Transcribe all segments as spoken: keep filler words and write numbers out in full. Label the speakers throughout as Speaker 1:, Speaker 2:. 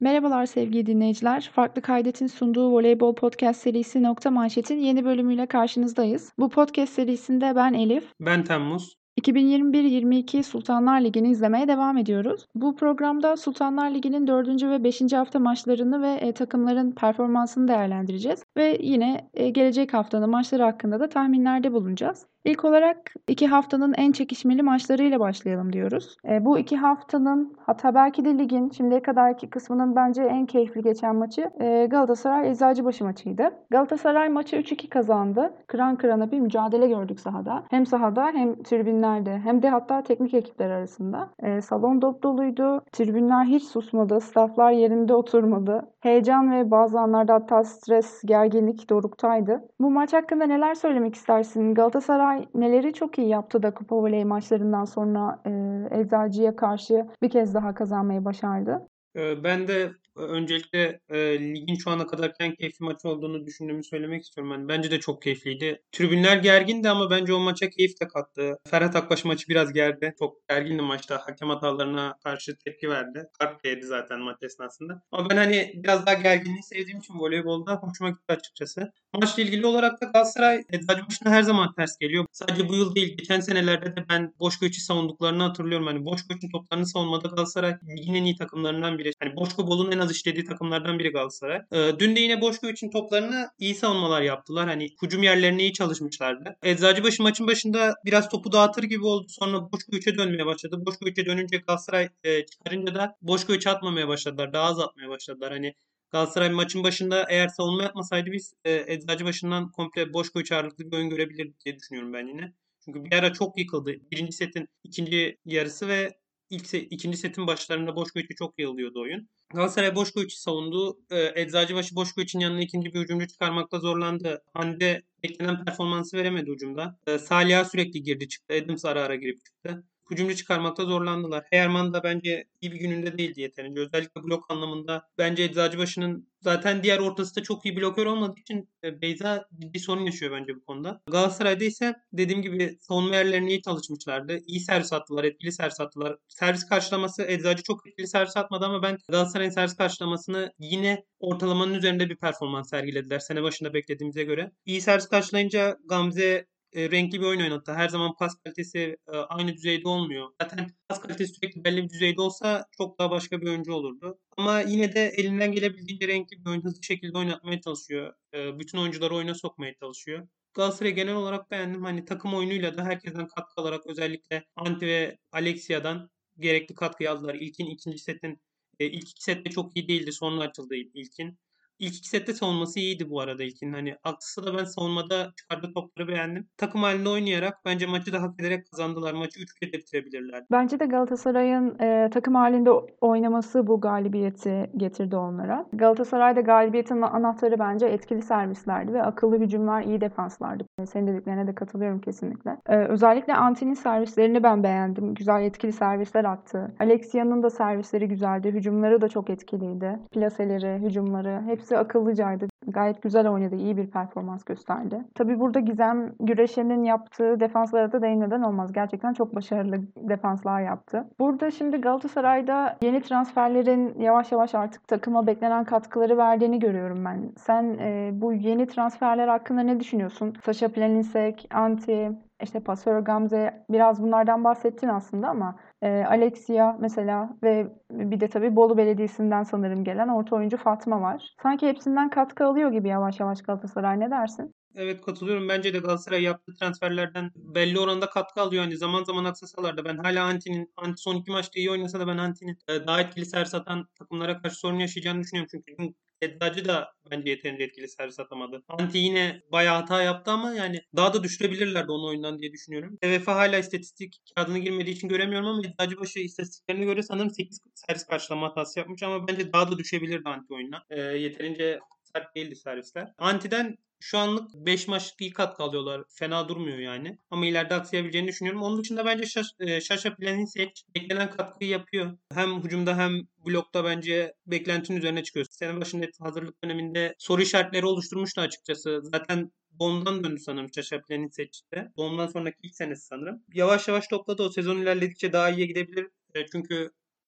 Speaker 1: Merhabalar sevgili dinleyiciler. Farklı Kaydet'in sunduğu voleybol podcast serisi Nokta Manşet'in yeni bölümüyle karşınızdayız. Bu podcast serisinde ben Elif,
Speaker 2: Ben Temmuz.
Speaker 1: iki bin yirmi bir yirmi iki Sultanlar Ligi'ni izlemeye devam ediyoruz. Bu programda Sultanlar Ligi'nin dördüncü ve beşinci hafta maçlarını ve e, takımların performansını değerlendireceğiz. Ve yine e, gelecek haftanın maçları hakkında da tahminlerde bulunacağız. İlk olarak iki haftanın en çekişmeli maçlarıyla başlayalım diyoruz. E, bu iki haftanın, hatta belki de ligin şimdiye kadarki kısmının bence en keyifli geçen maçı e, Galatasaray Eczacıbaşı maçıydı. Galatasaray maçı üç iki kazandı. Kıran kırana bir mücadele gördük sahada. Hem sahada hem tribünlerde hem de hatta teknik ekipler arasında. E, salon dop doluydu. Tribünler hiç susmadı. Stafflar yerinde oturmadı. Heyecan ve bazı anlarda hatta stres, gerginlik doruktaydı. Bu maç hakkında neler söylemek istersin? Galatasaray neleri çok iyi yaptı da kupa voley maçlarından sonra e, Eczacı'ya karşı bir kez daha kazanmayı başardı?
Speaker 2: Ee, Ben de e, öncelikle e, ligin şu ana kadarki en keyifli maç olduğunu düşündüğümü söylemek istiyorum. Yani bence de çok keyifliydi. Tribünler gergindi ama bence o maça keyif de kattı. Ferhat Akbaş maçı biraz gerdi. Çok gergindi maçta. Hakem hatalarına karşı tepki verdi. Kart da yedi zaten maç esnasında. Ama ben hani biraz daha gerginliği sevdiğim için voleybolda hoşuma gitti açıkçası. Maçla ilgili olarak da Galatasaray Eczacıbaşı'na her zaman ters geliyor. Sadece bu yıl değil, geçen senelerde de ben Boşkoç'u savunduklarını hatırlıyorum. Hani Boşkoç'un toplarını savunmada Galatasaray ligin en iyi takımlarından biri. Hani Boşko Bol'un en az işlediği takımlardan biri Galatasaray. Ee, dün de yine Boşkoç'un toplarını iyi savunmalar yaptılar. Hani hücum yerlerine iyi çalışmışlardı. Eczacıbaşı maçın başında biraz topu dağıtır gibi oldu. Sonra Boşkoç'a dönmeye başladı. Boşkoç'a dönünce Galatasaray e, çıkarınca da Boşkoç'a atmamaya başladılar. Daha az atmaya başladılar. Hani Galatasaray maçın başında eğer savunma yapmasaydı biz e, Eczacıbaşı'ndan komple Boşkoç ağırlıklı bir oyun görebilirdik diye düşünüyorum ben yine. Çünkü bir ara çok yıkıldı. Birinci setin ikinci yarısı ve ilk se- ikinci setin başlarında Boşkoç'u çok yığılıyordu oyun. Galatasaray Boşkoç'u savundu. E, Eczacıbaşı Boşkoç'un yanına ikinci bir hücumcu çıkarmakta zorlandı. Hande beklenen performansı veremedi hücumda. E, Salih'a sürekli girdi çıktı. Adams ara ara girip çıktı. Hücumcu çıkarmakta zorlandılar. Heyerman da bence iyi bir gününde değildi yeterince. Özellikle blok anlamında bence Eczacıbaşı'nın zaten diğer ortası da çok iyi blokör olmadığı için e, Beyza ciddi sorun yaşıyor bence bu konuda. Galatasaray'da ise dediğim gibi savunma yerlerini iyi çalışmışlardı. İyi servis attılar, etkili servis attılar. Servis karşılaması Eczacı çok etkili servis atmadı ama ben Galatasaray'ın servis karşılamasını yine ortalamanın üzerinde bir performans sergilediler. Sene başında beklediğimize göre. İyi servis karşılayınca Gamze e, renkli bir oyun oynattı. Her zaman pas kalitesi e, aynı düzeyde olmuyor. Zaten pas kalitesi sürekli belli bir düzeyde olsa çok daha başka bir oyuncu olurdu. Ama yine de elinden gelebildiğince renkli bir oyun hızlı şekilde oynatmaya çalışıyor. E, bütün oyuncuları oyuna sokmaya çalışıyor. Galatasaray'ı genel olarak beğendim. Hani takım oyunuyla da herkesten katkı alarak özellikle Ante ve Alexia'dan gerekli katkıyı aldılar. İlkin ikinci setin e, ilk iki sette çok iyi değildi. Sonra açıldı ilkin. İlk iki sette savunması iyiydi bu arada ilkin. Hani aklısı da ben savunmada çıkardığı topları beğendim. Takım halinde oynayarak bence maçı da hak ederek kazandılar. Maçı üç bir bitirebilirler.
Speaker 1: Bence de Galatasaray'ın e, takım halinde oynaması bu galibiyeti getirdi onlara. Galatasaray'da galibiyetin anahtarı bence etkili servislerdi ve akıllı hücumlar, iyi defanslardı. Senin dediklerine de katılıyorum kesinlikle. E, özellikle Anti'nin servislerini ben beğendim. Güzel etkili servisler attı. Alexia'nın da servisleri güzeldi. Hücumları da çok etkiliydi. Plaseleri, hücumları hepsi akıllıcaydı. Gayet güzel oynadı. İyi bir performans gösterdi. Tabii burada Gizem Güreşen'in yaptığı defanslara da değinmeden olmaz. Gerçekten çok başarılı defanslar yaptı. Burada şimdi Galatasaray'da yeni transferlerin yavaş yavaş artık takıma beklenen katkıları verdiğini görüyorum ben. Sen e, bu yeni transferler hakkında ne düşünüyorsun? Sacha Planinsek, Anti, işte Pasör Gamze, biraz bunlardan bahsettin aslında ama e, Alexia mesela ve bir de tabii Bolu Belediyesi'nden sanırım gelen orta oyuncu Fatma var. Sanki hepsinden katkı alıyor gibi yavaş yavaş Galatasaray. Ne dersin?
Speaker 2: Evet, katılıyorum. Bence de Galatasaray yaptığı transferlerden belli oranda katkı alıyor. Yani zaman zaman aksasalar da ben hala Anti'nin Anti son iki maçta iyi oynasa da ben Anti'nin e, daha etkili servis atan takımlara karşı sorun yaşayacağını düşünüyorum. Çünkü dün Eczacı da bence yeterince etkili servis atamadı. Anti yine bayağı hata yaptı ama yani daha da düşürebilirlerdi onu oyundan diye düşünüyorum. T F F hala istatistik kağıdına girmediği için göremiyorum ama Eczacıbaşı istatistiklerine göre sanırım sekiz servis karşılama hatası yapmış ama bence daha da düşebilirdi Anti oyuna. E, yeterince sert değildi servisler. Anti'den şu anlık beş maçlık iyi katkı alıyorlar. Fena durmuyor yani. Ama ileride aksayabileceğini düşünüyorum. Onun dışında bence Şaş, e, Şaşa Planinsec beklenen katkıyı yapıyor. Hem hücumda hem blokta bence beklentinin üzerine çıkıyor. Sene başında hazırlık döneminde soru işaretleri oluşturmuştu açıkçası. Zaten Doğumdan döndü sanırım Şaşa Planisec'te. Doğumdan sonraki ilk senesi sanırım. Yavaş yavaş topladı. O sezon ilerledikçe daha iyiye gidebilir. E, çünkü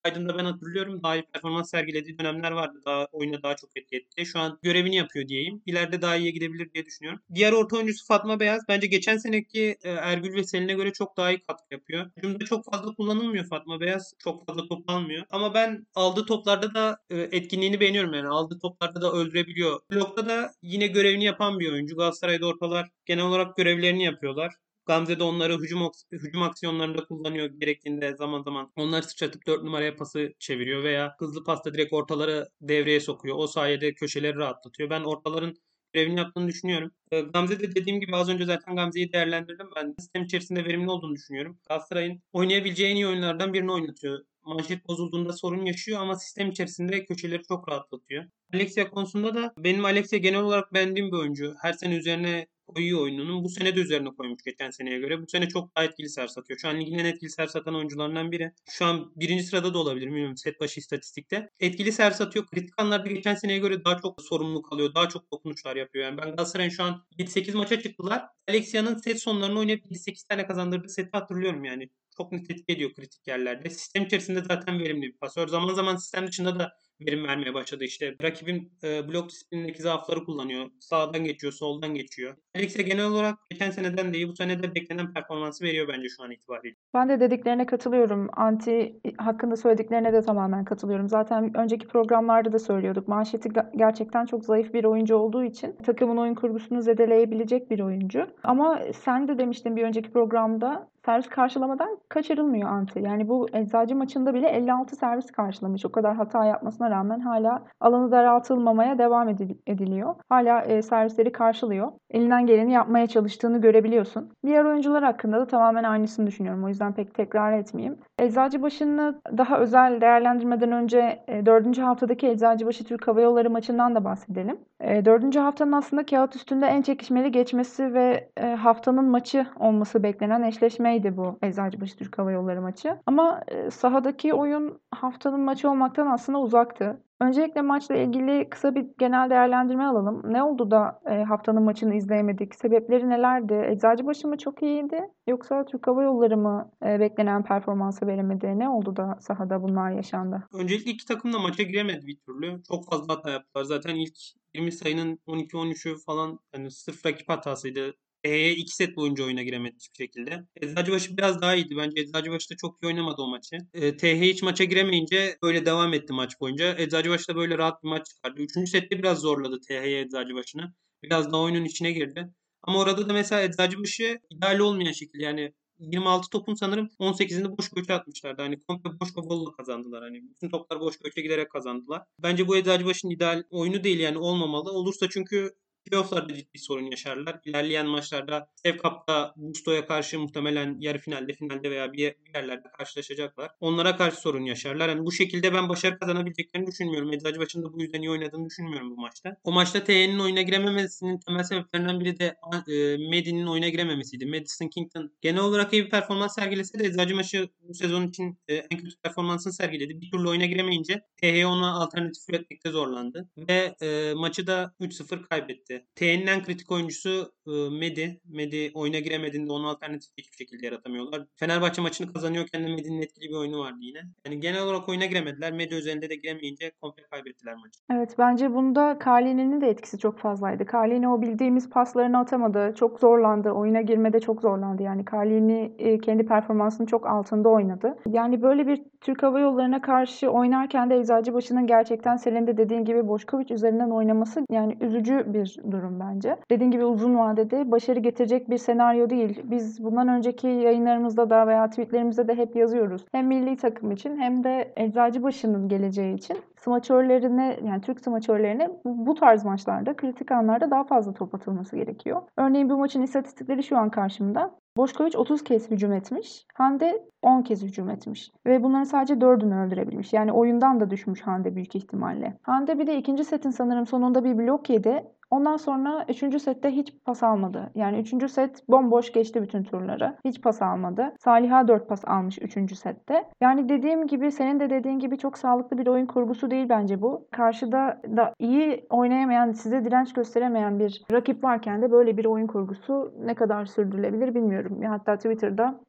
Speaker 2: Aydın'da ben hatırlıyorum daha iyi performans sergilediği dönemler vardı. Daha oyuna daha çok etki etti. Şu an görevini yapıyor diyeyim. İleride daha iyiye gidebilir diye düşünüyorum. Diğer orta oyuncusu Fatma Beyaz. Bence geçen seneki e, Ergül ve Selin'e göre çok daha iyi katkı yapıyor. Hücumda çok fazla kullanılmıyor Fatma Beyaz. Çok fazla top almıyor. Ama ben aldığı toplarda da e, etkinliğini beğeniyorum yani. Aldığı toplarda da öldürebiliyor. Blokta da yine görevini yapan bir oyuncu. Galatasaray'da ortalar genel olarak görevlerini yapıyorlar. Gamze de onları hücum, hücum aksiyonlarında kullanıyor gerektiğinde zaman zaman. Onları sıçratıp dört numaraya pası çeviriyor veya hızlı pasta direkt ortaları devreye sokuyor. O sayede köşeleri rahatlatıyor. Ben ortaların görevini yaptığını düşünüyorum. Ee, Gamze de dediğim gibi az önce zaten Gamze'yi değerlendirdim. Ben sistem içerisinde verimli olduğunu düşünüyorum. Galatasaray'ın oynayabileceği en iyi oyunlardan birini oynatıyor. Manşet bozulduğunda sorun yaşıyor ama sistem içerisinde köşeleri çok rahatlatıyor. Alexia konusunda da benim Alexia genel olarak beğendiğim bir oyuncu. Her sene üzerine koyuyor oyununun. Bu sene de üzerine koymuş geçen seneye göre. Bu sene çok daha etkili ser satıyor. Şu an ligin en etkili ser satan oyuncularından biri. Şu an birinci sırada da olabilir. Bilmiyorum set başı istatistikte. Etkili ser satıyor. Kritik anlarda geçen seneye göre daha çok sorumluluk alıyor. Daha çok dokunuşlar yapıyor. Yani ben Galatasaray'ın şu an yedi sekiz maça çıktılar. Alexia'nın set sonlarını oynayıp yedi sekiz tane kazandırdığı seti hatırlıyorum yani. Çok net etki ediyor kritik yerlerde. Sistem içerisinde zaten verimli bir pasör. Zaman zaman sistem dışında da verim vermeye başladı. İşte rakibin e, blok disiplinindeki zaafları kullanıyor. Sağdan geçiyor, soldan geçiyor. Alex'e genel olarak geçen seneden de iyi, bu sene de beklenen performansı veriyor bence şu an itibariyle.
Speaker 1: Ben de dediklerine katılıyorum. Anti hakkında söylediklerine de tamamen katılıyorum. Zaten önceki programlarda da söylüyorduk. Manşeti ga- gerçekten çok zayıf bir oyuncu olduğu için takımın oyun kurgusunu zedeleyebilecek bir oyuncu. Ama sen de demiştin bir önceki programda servis karşılamadan kaçırılmıyor Anti. Yani bu Eczacı maçında bile elli altı servis karşılamış. O kadar hata yapmasına rağmen hala alanı daraltılmamaya devam edil- ediliyor. Hala e, servisleri karşılıyor. Elinden geleni yapmaya çalıştığını görebiliyorsun. Diğer oyuncular hakkında da tamamen aynısını düşünüyorum. O yüzden pek tekrar etmeyeyim. Eczacıbaşı'nı daha özel değerlendirmeden önce e, dördüncü haftadaki Eczacıbaşı Türk Hava Yolları maçından da bahsedelim. E, dördüncü haftanın aslında kağıt üstünde en çekişmeli geçmesi ve e, haftanın maçı olması beklenen eşleşmeydi bu Eczacıbaşı Türk Hava Yolları maçı. Ama e, sahadaki oyun haftanın maçı olmaktan aslında uzaktı. Öncelikle maçla ilgili kısa bir genel değerlendirme alalım. Ne oldu da e, haftanın maçını izleyemedik? Sebepleri nelerdi? Eczacıbaşı mı çok iyiydi? Yoksa Türk Hava Yolları mı e, beklenen performansı veremedi? Ne oldu da sahada bunlar yaşandı?
Speaker 2: Öncelikle iki takım da maça giremedi bir türlü. Çok fazla hata yaptılar. Zaten ilk yirmi sayının on iki on üçü falan yani sırf rakip hatasıydı. E'ye iki set boyunca oyuna giremedi hiçbir şekilde. Eczacıbaşı biraz daha iyiydi. Bence Eczacıbaşı da çok iyi oynamadı o maçı. E, T H hiç maça giremeyince böyle devam etti maç boyunca. Eczacıbaşı da böyle rahat bir maç çıkardı. Üçüncü sette biraz zorladı T H'ye Eczacıbaşı'nı. Biraz daha oyunun içine girdi. Ama orada da mesela Eczacıbaşı ideal olmayan şekilde yani yirmi altı topun sanırım on sekizini boş göçe atmışlardı. Hani komple boş golla kazandılar. Hani bütün toplar boş göçe giderek kazandılar. Bence bu Eczacıbaşı'nın ideal oyunu değil yani olmamalı. Olursa çünkü playoff'larda ciddi sorun yaşarlar. İlerleyen maçlarda F A Cup'ta Busto'ya karşı muhtemelen yarı finalde, finalde veya bir bir yerlerde karşılaşacaklar. Onlara karşı sorun yaşarlar. Yani bu şekilde ben başarı kazanabileceklerini düşünmüyorum. Eczacıbaşı'nın da bu yüzden iyi oynadığını düşünmüyorum bu maçta. O maçta T Y'nin oyuna girememesinin temel sebeplerinden biri de e, Medi'nin oyuna girememesiydi. Madison Kington genel olarak iyi bir performans sergilese de Eczacıbaşı bu sezon için e, en kötü performansını sergiledi. Bir türlü oyuna giremeyince T H ona alternatif üretmekte zorlandı. Ve e, maçı da üç sıfır kaybetti. T'nin en kritik oyuncusu e, Medi. Medi oyuna giremediğinde onu alternatif hiçbir şekilde yaratamıyorlar. Fenerbahçe maçını kazanıyorken de Medi'nin etkili bir oyunu vardı yine. Yani genel olarak oyuna giremediler. Medi üzerinde de giremeyince komple kaybettiler maçı.
Speaker 1: Evet, bence bunda Carlini'nin de etkisi çok fazlaydı. Carlini o bildiğimiz paslarını atamadı. Çok zorlandı. Oyuna girmede çok zorlandı. Yani Carlini e, kendi performansının çok altında oynadı. Yani böyle bir Türk Hava Yolları'na karşı oynarken de Eczacıbaşı'nın gerçekten senin de dediğin gibi Boşkoviç üzerinden oynaması yani üzücü bir durum bence. Dediğin gibi uzun vadede başarı getirecek bir senaryo değil. Biz bundan önceki yayınlarımızda da veya tweetlerimizde de hep yazıyoruz. Hem milli takım için hem de Eczacıbaşı'nın geleceği için smaçörlerine yani Türk smaçörlerine bu, bu tarz maçlarda kritik anlarda daha fazla top atılması gerekiyor. Örneğin bu maçın istatistikleri şu an karşımda. Boşkoviç otuz kez hücum etmiş. Hande on kez hücum etmiş. Ve bunların sadece dördünü öldürebilmiş. Yani oyundan da düşmüş Hande büyük ihtimalle. Hande bir de ikinci setin sanırım sonunda bir blok yedi. Ondan sonra üçüncü sette hiç pas almadı. Yani üçüncü set bomboş geçti bütün turları. Hiç pas almadı. Saliha dört pas almış üçüncü sette. Yani dediğim gibi senin de dediğin gibi çok sağlıklı bir oyun kurgusu değil bence bu. Karşıda da iyi oynayamayan, size direnç gösteremeyen bir rakip varken de böyle bir oyun kurgusu ne kadar sürdürülebilir bilmiyorum. Ya hatta Twitter'da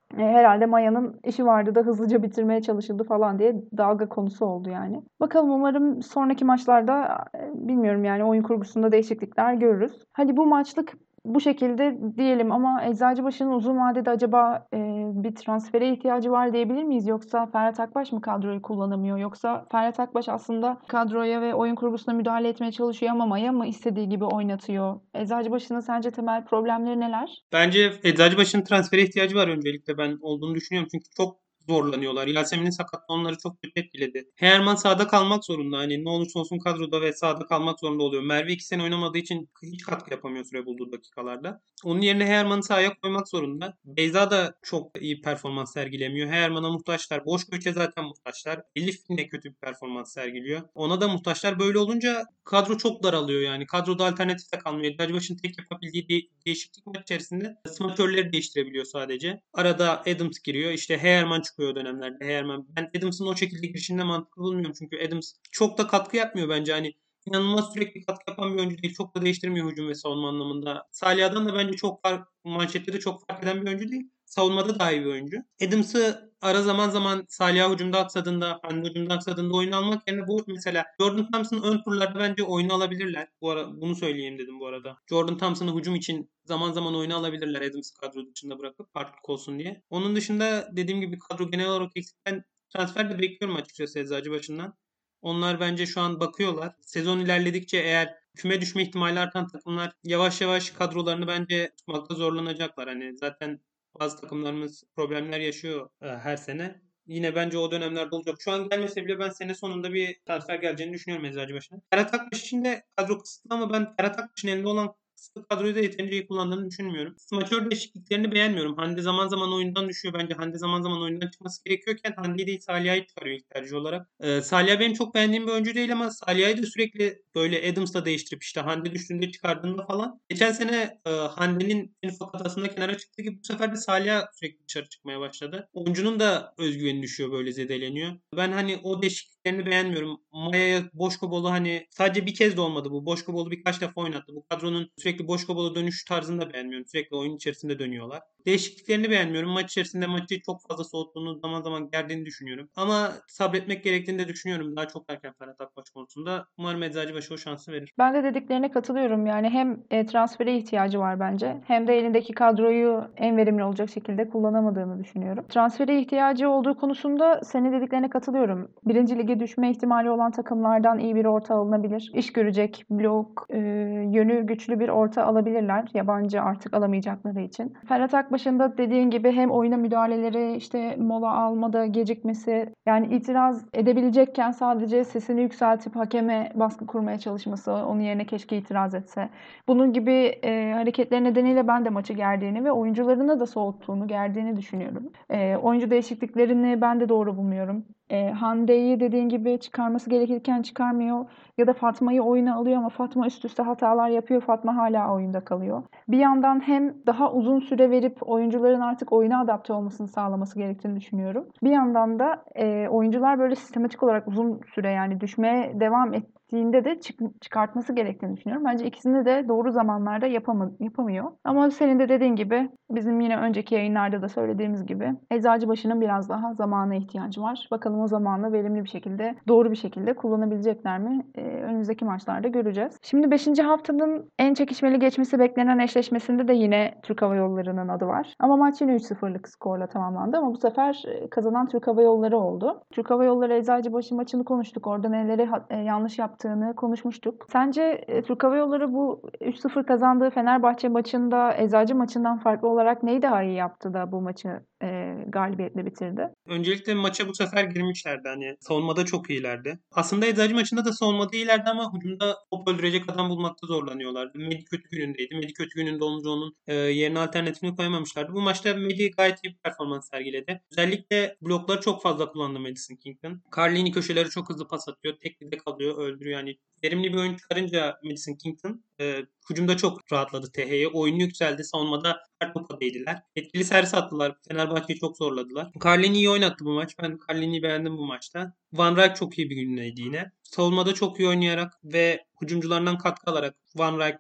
Speaker 1: E, herhalde Maya'nın işi vardı da hızlıca bitirmeye çalışıldı falan diye dalga konusu oldu yani. Bakalım umarım sonraki maçlarda e, bilmiyorum yani oyun kurgusunda değişiklikler görürüz. Hadi bu maçlık bu şekilde diyelim ama Eczacıbaşı'nın uzun vadede acaba e, bir transfere ihtiyacı var diyebilir miyiz? Yoksa Ferhat Akbaş mı kadroyu kullanamıyor? Yoksa Ferhat Akbaş aslında kadroya ve oyun kurgusuna müdahale etmeye çalışıyor ama Maya mı istediği gibi oynatıyor? Eczacıbaşı'nın sence temel problemleri neler?
Speaker 2: Bence Eczacıbaşı'nın transfere ihtiyacı var öncelikle ben olduğunu düşünüyorum. Çünkü çok zorlanıyorlar. Yasemin'in sakatlığı onları çok kötü etkiledi. Herman sahada kalmak zorunda. Hani ne olursa olsun kadroda ve sahada kalmak zorunda oluyor. Merve iki sene oynamadığı için hiç katkı yapamıyor süre bulduğu dakikalarda. Onun yerine Herman'ı sahaya koymak zorunda. Beyza da çok iyi performans sergilemiyor. Herman'a muhtaçlar. Boşkoç'a zaten muhtaçlar. Elif yine kötü bir performans sergiliyor. Ona da muhtaçlar. Böyle olunca kadro çok daralıyor yani. Kadroda alternatif de kalmıyor. Eczacıbaşı'nın tek yapabildiği de- değişiklik maç içerisinde smaçörleri değiştirebiliyor sadece. Arada Adams giriyor. İşte Heyerman çıkıyor o dönemlerde. Heyerman. Ben Adams'ın o şekilde girişinde mantıklı bulmuyorum. Çünkü Adams çok da katkı yapmıyor bence. Hani inanılmaz sürekli katkı yapan bir oyuncu değil. Çok da değiştirmiyor hücum ve savunma anlamında. Saliha'dan da bence çok fark, manşette de çok fark eden bir oyuncu değil. Savunmada daha iyi bir oyuncu. Adams'ı ara zaman zaman Salih hücumda aksadığında, Hande hücumda aksadığında oyunu almak yerine bu mesela Jordan Thompson'ı ön turlarda bence oyunu alabilirler. Bu ara bunu söyleyeyim dedim bu arada. Jordan Thompson'ı hücum için zaman zaman oyunu alabilirler Adams'ı kadro dışında bırakıp farklılık olsun diye. Onun dışında dediğim gibi kadro genel olarak eksik. Ben transfer de bekliyorum açıkçası Eczacıbaşı'ndan. Onlar bence şu an bakıyorlar. Sezon ilerledikçe eğer küme düşme ihtimali artan takımlar yavaş yavaş kadrolarını bence tutmakta zorlanacaklar. Hani zaten bazı takımlarımız problemler yaşıyor e, her sene. Yine bence o dönemlerde olacak. Şu an gelmese bile ben sene sonunda bir transfer geleceğini düşünüyorum Eczacıbaşı'na. Ferhat Akbaş için de kadro kısıtlı ama ben Ferhat Akbaş'ın elinde olan kısıtlı kadroyu da yeterince iyi kullandığını düşünmüyorum. Smaçör değişikliklerini beğenmiyorum. Hande zaman zaman oyundan düşüyor. Bence Hande zaman zaman oyundan çıkması gerekiyorken Hande'yi değil Saliha'yı çıkarıyor ilk tercih olarak. Ee, Salih benim çok beğendiğim bir oyuncu değil ama Saliha'yı da sürekli böyle Adams'la değiştirip işte Hande düştüğünde çıkardığında falan. Geçen sene e, Hande'nin en ufak hatasında kenara çıktı ki bu sefer de Salih sürekli dışarı çıkmaya başladı. Oyuncunun da özgüveni düşüyor böyle zedeleniyor. Ben hani o değişikliklerini beğenmiyorum. Maya'ya Boşkobolu hani sadece bir kez de olmadı bu. Boşkobolu birkaç defa oynattı. Bu kadronun sürekli Boşkobolu dönüş tarzını da beğenmiyorum. Sürekli oyun içerisinde dönüyorlar. Değişikliklerini beğenmiyorum. Maç içerisinde maçı çok fazla soğuttuğunu zaman zaman gerdiğini düşünüyorum. Ama sabretmek gerektiğini de düşünüyorum. Daha çok erken Ferhat Akbaş konusunda. Umarım Eczacıbaşı o şansı verir.
Speaker 1: Ben de dediklerine katılıyorum. Yani hem e, transfere ihtiyacı var bence hem de elindeki kadroyu en verimli olacak şekilde kullanamadığını düşünüyorum. Transfere ihtiyacı olduğu konusunda senin dediklerine katılıyorum. Birinci lige düşme ihtimali olan takımlardan iyi bir orta alınabilir. İş görecek, blok, e, yönü güçlü bir orta alabilirler. Yabancı artık alamayacakları için. Ferhat Akbaş'ın da dediğin gibi hem oyuna müdahaleleri, işte mola almada gecikmesi, yani itiraz edebilecekken sadece sesini yükseltip hakeme baskı kurmaya çalışması, onun yerine keşke itiraz etse. Bunun gibi e, hareketler nedeniyle ben de maçı gerdiğini ve oyuncularını da soğuttuğunu, gerdiğini düşünüyorum. E, oyuncu değişikliklerini ben de doğru bulmuyorum. E, Hande'yi dediğin gibi çıkarması gerekirken çıkarmıyor ya da Fatma'yı oyuna alıyor ama Fatma üst üste hatalar yapıyor. Fatma hala oyunda kalıyor. Bir yandan hem daha uzun süre verip oyuncuların artık oyuna adapte olmasını sağlaması gerektiğini düşünüyorum. Bir yandan da e, oyuncular böyle sistematik olarak uzun süre yani düşmeye devam ettiğinde de çık- çıkartması gerektiğini düşünüyorum. Bence ikisini de doğru zamanlarda yapama- yapamıyor. Ama senin de dediğin gibi bizim yine önceki yayınlarda da söylediğimiz gibi Eczacıbaşı'nın biraz daha zamana ihtiyacı var. Bakalım o zamanı verimli bir şekilde, doğru bir şekilde kullanabilecekler mi? E, önümüzdeki maçlarda göreceğiz. Şimdi beşinci haftanın en çekişmeli geçmesi beklenen eşleşmesinde de yine Türk Hava Yolları'nın adı var. Ama maç yine üç sıfırlık skorla tamamlandı ama bu sefer e, kazanan Türk Hava Yolları oldu. Türk Hava Yolları Eczacıbaşı maçını konuştuk. Orada neleri ha- e, yanlış yaptığını konuşmuştuk. Sence e, Türk Hava Yolları bu üç sıfır kazandığı Fenerbahçe maçında Eczacı maçından farklı olarak neyi daha iyi yaptı da bu maçı e, galibiyetle bitirdi?
Speaker 2: Öncelikle maça bu sefer girmişlerdi. Hani savunmada çok iyilerdi. Aslında Eczacı maçında da savunmada iyilerdi ama hücumda top öldürecek adam bulmakta zorlanıyorlardı. Medi kötü günündeydi. Medi kötü gününde olunca onun e, yerine alternatifini koyamamışlardı. Bu maçta Medi gayet iyi bir performans sergiledi. Özellikle blokları çok fazla kullandı Madison Kington. Carlini köşeleri çok hızlı pas atıyor. Teklide kalıyor, öldürüyor. Yani verimli bir oyun çıkarınca Madison Kington e, hücumda çok rahatladı T H'ye. Oyunu yükseldi. Savunmada her topa değdiler. Etkili servis attılar. Fenerbahçe'yi çok zorladılar. Carlini iyi oynattı bu maç. Ben Carlini'yi beğendim bu maçta. Van Rijk çok iyi bir günündeydi yine. Savunmada çok iyi oynayarak ve hücumcularından katkı alarak Van Rijk ve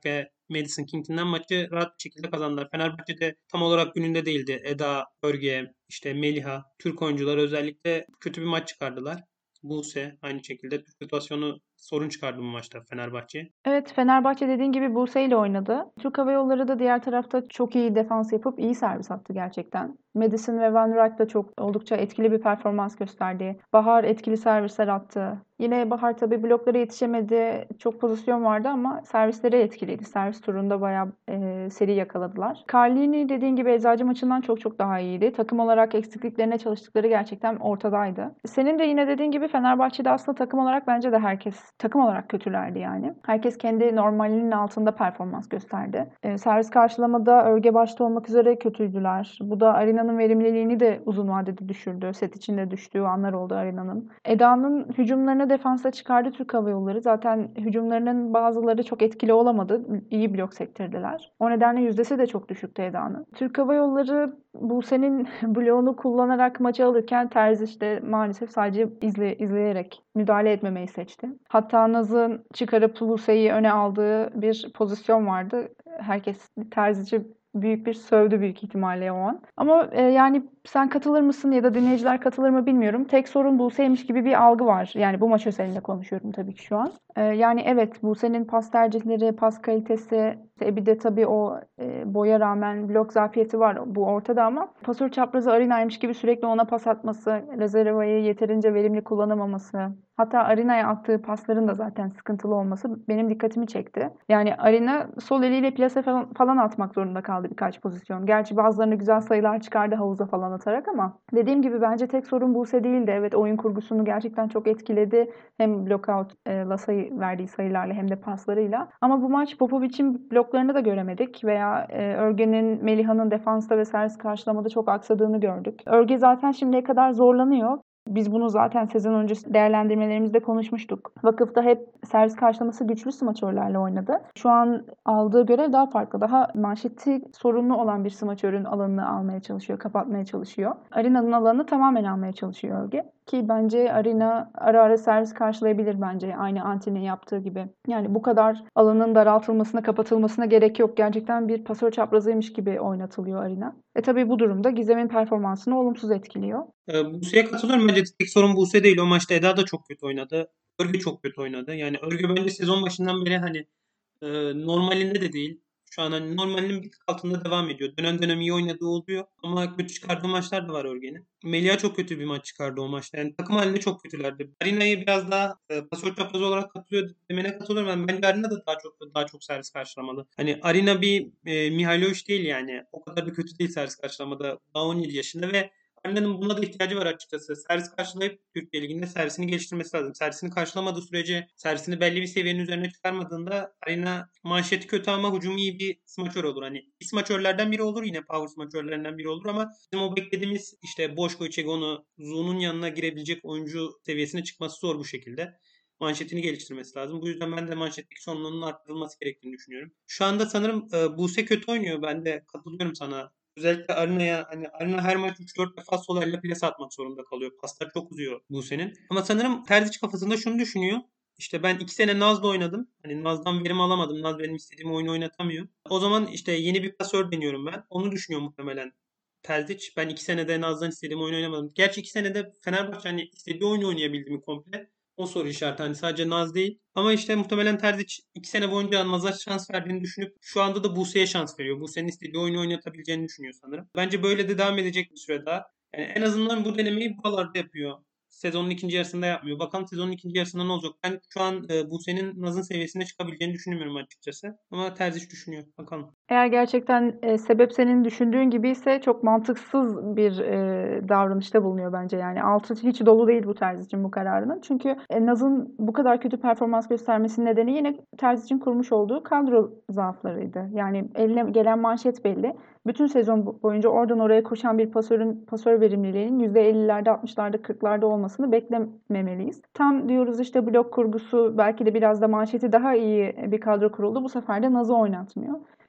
Speaker 2: Madison Kington'dan maçı rahat bir şekilde kazandılar. Fenerbahçe'de tam olarak gününde değildi. Eda, Örge, işte Meliha, Türk oyuncular özellikle kötü bir maç çıkardılar. Buse aynı şekilde Türk rotasyonu sorun çıkardı bu maçta Fenerbahçe.
Speaker 1: Evet, Fenerbahçe dediğin gibi Buse ile oynadı. Türk Hava Yolları da diğer tarafta çok iyi defans yapıp iyi servis attı gerçekten. Madison ve Van Dijk da çok oldukça etkili bir performans gösterdi. Bahar etkili servisler attı. Yine Bahar tabii bloklara yetişemedi. Çok pozisyon vardı ama servisleri etkiliydi. Servis turunda bayağı e, seri yakaladılar. Carlini dediğin gibi Eczacı maçından çok çok daha iyiydi. Takım olarak eksikliklerine çalıştıkları gerçekten ortadaydı. Senin de yine dediğin gibi Fenerbahçe'de aslında takım olarak bence de herkes takım olarak kötülerdi yani. Herkes kendi normalinin altında performans gösterdi. E, servis karşılamada Örge başta olmak üzere kötüydüler. Bu da Arina'nın verimliliğini de uzun vadede düşürdü. Set içinde düştüğü anlar oldu Arina'nın. Eda'nın hücumlarını defansa çıkardı Türk Hava Yolları. Zaten hücumlarının bazıları çok etkili olamadı. İyi blok sektirdiler. O nedenle yüzdesi de çok düşüktü Eda'nın. Türk Hava Yolları Buse'nin bloğunu kullanarak maçı alırken Terzi işte maalesef sadece izle, izleyerek müdahale etmemeyi seçti. Hatta Naz'ın çıkarıp Buse'yi öne aldığı bir pozisyon vardı. Herkes Terzici büyük bir sövdü büyük ihtimalle o an. Ama e, yani sen katılır mısın ya da dinleyiciler katılır mı bilmiyorum. Tek sorun Buse'ymiş gibi bir algı var. Yani bu maç özelinde konuşuyorum tabii ki şu an. E, yani evet Buse'nin pas tercihleri, pas kalitesi, e, bir de tabii o e, boya rağmen blok zafiyeti var. Bu ortada ama pasör çaprazı Arina'ymış gibi sürekli ona pas atması, rezervayı yeterince verimli kullanamaması, hatta Arina'ya attığı pasların da zaten sıkıntılı olması benim dikkatimi çekti. Yani Arina sol eliyle plase falan, falan atmak zorunda kaldı birkaç pozisyon. Gerçi bazılarını güzel sayılar çıkardı havuza falan atarak ama dediğim gibi bence tek sorun Buse değildi. Evet oyun kurgusunu gerçekten çok etkiledi. Hem blokoutla sayı verdiği sayılarla hem de paslarıyla. Ama bu maç Popovic'in bloklarını da göremedik veya e, Örge'nin, Meliha'nın defansta ve servis karşılamada çok aksadığını gördük. Örge zaten şimdiye kadar zorlanıyor. Biz bunu zaten sezon öncesi değerlendirmelerimizde konuşmuştuk. Vakıfta hep servis karşılaması güçlü smaçörlerle oynadı. Şu an aldığı görev daha farklı. Daha manşeti sorunlu olan bir smaçörün alanını almaya çalışıyor, kapatmaya çalışıyor. Arina'nın alanını tamamen almaya çalışıyor Örge. Ki bence Arina ara ara servis karşılayabilir bence aynı Antin'in yaptığı gibi. Yani bu kadar alanın daraltılmasına, kapatılmasına gerek yok. Gerçekten bir pasör çaprazıymış gibi oynatılıyor Arina. E tabii bu durumda Gizem'in performansını olumsuz etkiliyor.
Speaker 2: Ee, Buse'ye katılıyorum. Bence tek sorun Buse değil. O maçta Eda da çok kötü oynadı. Örge çok kötü oynadı. Yani Örge bence sezon başından beri hani e, normalinde de değil. Şu an hani normalinin bir tık altında devam ediyor. Dönem dönem iyi oynadığı oluyor. Ama kötü çıkardığı maçlar da var Örge'nin. Melia çok kötü bir maç çıkardı o maçta. Yani takım halinde çok kötülerdi. Arina'yı biraz daha e, pasör çaprazı olarak katılıyor demene katılıyorum. Yani bence Arina da daha çok daha çok servis karşılamalı. Hani Arina bir e, Mihailovic değil yani. O kadar da kötü değil servis karşılamada. Daha on yedi yaşında ve Arena'nın buna da ihtiyacı var açıkçası. Servis karşılayıp Türkiye Ligi'nde servisini geliştirmesi lazım. Servisini karşılamadığı sürece, servisini belli bir seviyenin üzerine çıkarmadığında Arena manşeti kötü ama hücumu iyi bir smaçör olur. Hani bir smaçörlerden biri olur yine power smaçörlerinden biri olur ama bizim o beklediğimiz işte Boşko, Çegon'u, Zu'nun yanına girebilecek oyuncu seviyesine çıkması zor bu şekilde. Manşetini geliştirmesi lazım. Bu yüzden ben de manşetteki sorumluluğunun arttırılması gerektiğini düşünüyorum. Şu anda sanırım e, Buse kötü oynuyor. Ben de katılıyorum sana. Özellikle Arena'ya hani Arena her maç üç dört defa sol elle plase atmak zorunda kalıyor. Paslar çok uzuyor Buse'nin. Ama sanırım Terzic kafasında şunu düşünüyor. İşte ben iki sene Naz'la oynadım. Hani Naz'dan verim alamadım. Naz benim istediğim oyunu oynatamıyor. O zaman işte yeni bir pasör deniyorum ben. Onu düşünüyor muhtemelen Terzic. Ben iki senede Naz'dan istediğim oyunu oynamadım. Gerçi iki senede Fenerbahçe hani istediği oyunu oynayabildi mi komple? O soru işareti. Hani sadece Naz değil. Ama işte muhtemelen Terzic iki sene boyunca Naz'a şans verdiğini düşünüp şu anda da Buse'ye şans veriyor. Buse'nin istediği oyunu oynatabileceğini düşünüyor sanırım. Bence böyle de devam edecek bir süre daha. Yani en azından bu denemeyi buralarda yapıyor. Sezonun ikinci yarısında yapmıyor. Bakalım sezonun ikinci yarısında ne olacak? Ben şu an e, Buse'nin Naz'ın seviyesine çıkabileceğini düşünmüyorum açıkçası. Ama Terzic düşünüyor. Bakalım.
Speaker 1: Eğer gerçekten e, sebep senin düşündüğün gibi ise çok mantıksız bir e, davranışta bulunuyor bence. Yani altı hiç dolu değil bu Terzic'in bu kararının. Çünkü e, Naz'ın bu kadar kötü performans göstermesinin nedeni yine Terzic'in kurmuş olduğu kadro zaaflarıydı. Yani eline gelen manşet belli. Bütün sezon boyunca oradan oraya koşan bir pasörün pasör verimliliğinin yüzde ellilerde, altmışlarda, kırklarda olmasını beklememeliyiz. Tam diyoruz işte blok kurgusu belki de biraz da manşeti daha iyi bir kadro kuruldu. Bu sefer de Naz'ı oynatmıyor.